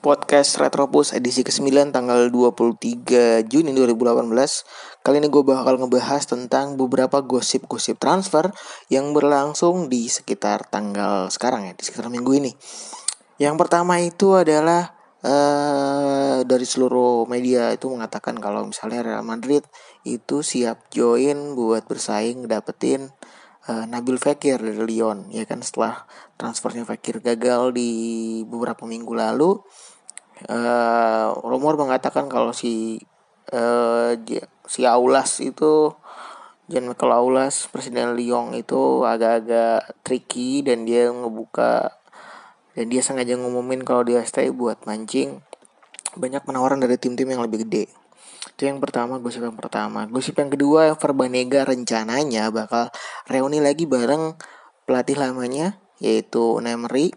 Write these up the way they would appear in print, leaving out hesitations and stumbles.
podcast Retropus edisi ke-9 tanggal 23 Juni 2018. Kali ini gue bakal ngebahas tentang beberapa gosip-gosip transfer yang berlangsung di sekitar tanggal sekarang ya, di sekitar minggu ini. Yang pertama itu adalah dari seluruh media itu mengatakan kalau misalnya Real Madrid itu siap join buat bersaing dapetin Nabil Fekir dari Lyon, ya kan, setelah transfernya Fekir gagal di beberapa minggu lalu. Rumor mengatakan kalau si Aulas itu, Jean-Michel Aulas, presiden Lyon itu agak-agak tricky dan dia sengaja ngumumin kalau dia stay buat mancing banyak penawaran dari tim-tim yang lebih gede. Itu yang pertama, gosip yang pertama. Gosip yang kedua, Verbanega rencananya bakal reuni lagi bareng pelatih lamanya yaitu Emery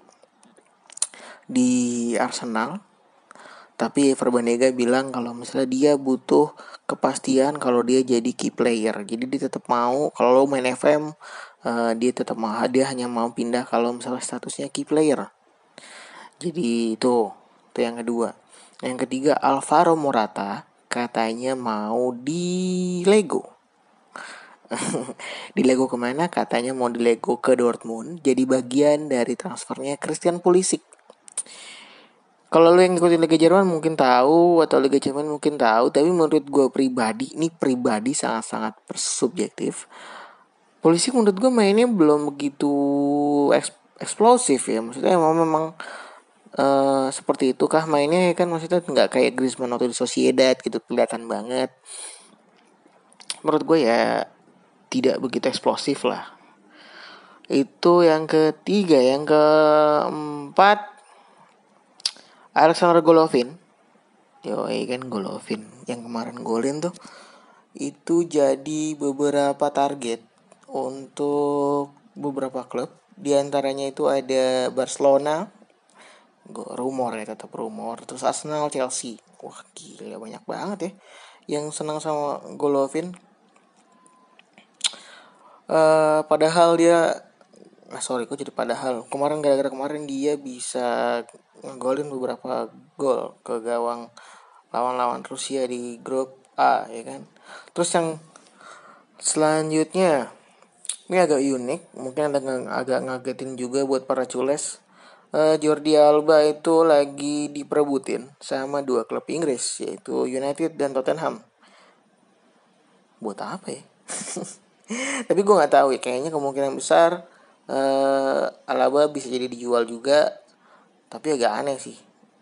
di Arsenal. Tapi Verbanega bilang kalau misalnya dia butuh kepastian kalau dia jadi key player. Jadi dia tetap mau kalau main FM, dia hanya mau pindah kalau misalnya statusnya key player. Jadi itu yang kedua. Yang ketiga, Alvaro Morata katanya mau di Lego. Di Lego kemana? Katanya mau di Lego ke Dortmund. Jadi bagian dari transfernya Christian Pulisic. Kalau lu yang ngikutin Liga Jerman mungkin tahu, atau Liga Jerman mungkin tahu, tapi menurut gue pribadi sangat-sangat subjektif. Pulisic menurut gue mainnya belum begitu eksplosif ya. Maksudnya memang seperti itu kah mainnya, kan maksudnya nggak kayak Griezmann atau di Sociedad gitu kelihatan banget. Menurut gue ya tidak begitu eksplosif lah. Itu yang ketiga. Yang keempat, Alexander Golovin. Kan Golovin yang kemarin golin tuh itu jadi beberapa target untuk beberapa klub. Di antaranya itu ada Barcelona, rumor ya, tetap rumor. Terus Arsenal, Chelsea. Wah gila, banyak banget ya yang senang sama Golovin. Padahal gara-gara kemarin dia bisa ngegolin beberapa gol ke gawang lawan-lawan Rusia di grup A, ya kan. Terus yang selanjutnya ini agak unik, mungkin agak ngagetin juga buat para cules. Jordi Alba itu lagi diperebutin sama dua klub Inggris, yaitu United dan Tottenham. Buat apa ya? Tapi gue nggak tahu ya, kayaknya kemungkinan besar Alaba bisa jadi dijual juga. Tapi agak aneh sih,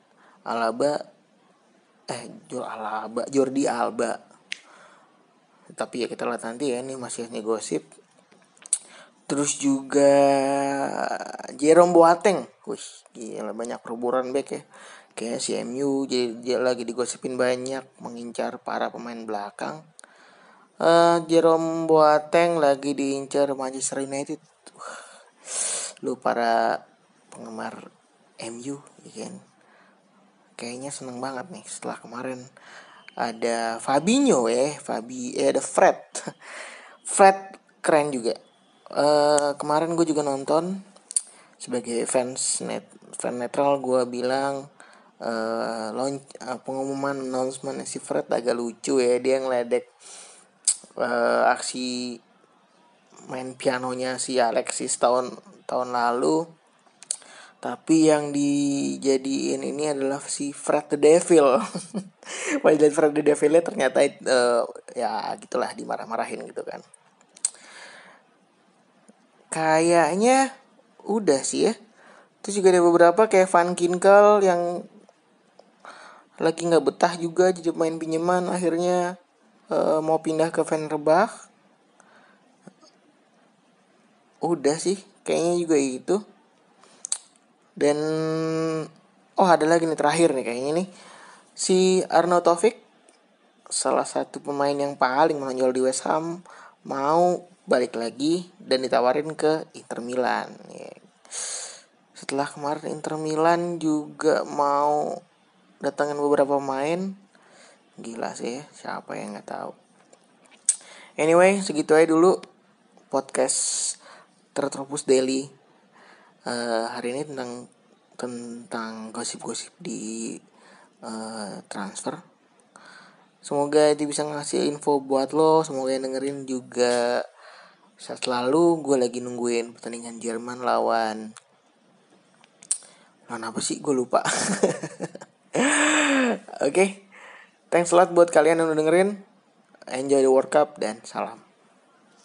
Jordi Alba. Tapi ya kita lihat nanti ya, ini masih gosip. Terus juga Jerome Boateng, wih gila, banyak perburuan back ya. Kayak si MU jadi lagi digosipin banyak mengincar para pemain belakang. Jerome Boateng lagi diincar Manchester United. Lu para penggemar MU, ya kan, kayaknya seneng banget nih setelah kemarin ada Fabinho ada Fred keren juga. Kemarin gue juga nonton sebagai fan netral. Gue bilang pengumuman announcement si Fred agak lucu ya. Dia ngeledek aksi main pianonya si Alexis tahun lalu. Tapi yang dijadiin ini adalah si Fred the Devil. Padahal Fred the Devilnya ternyata ya gitulah, dimarah-marahin gitu kan. Kayaknya udah sih ya. Terus juga ada beberapa kayak Van Ginkel yang lagi nggak betah juga jadi main pinjaman, akhirnya mau pindah ke Fenerbahce. Udah sih kayaknya juga itu. Dan ada lagi nih terakhir nih kayaknya nih, si Arnautovic, salah satu pemain yang paling menonjol di West Ham, mau balik lagi dan ditawarin ke Inter Milan ya. Setelah kemarin Inter Milan juga mau datangin beberapa pemain, gila sih ya, siapa yang nggak tahu. Anyway, segitu aja dulu podcast Retropus Daily hari ini tentang tentang gosip-gosip di transfer. Semoga dia bisa ngasih info buat lo. Semoga yang dengerin juga sehat selalu. Gue lagi nungguin pertandingan Jerman lawan apa sih, gue lupa. Oke. Thanks a lot buat kalian yang udah dengerin. Enjoy the World Cup dan salam.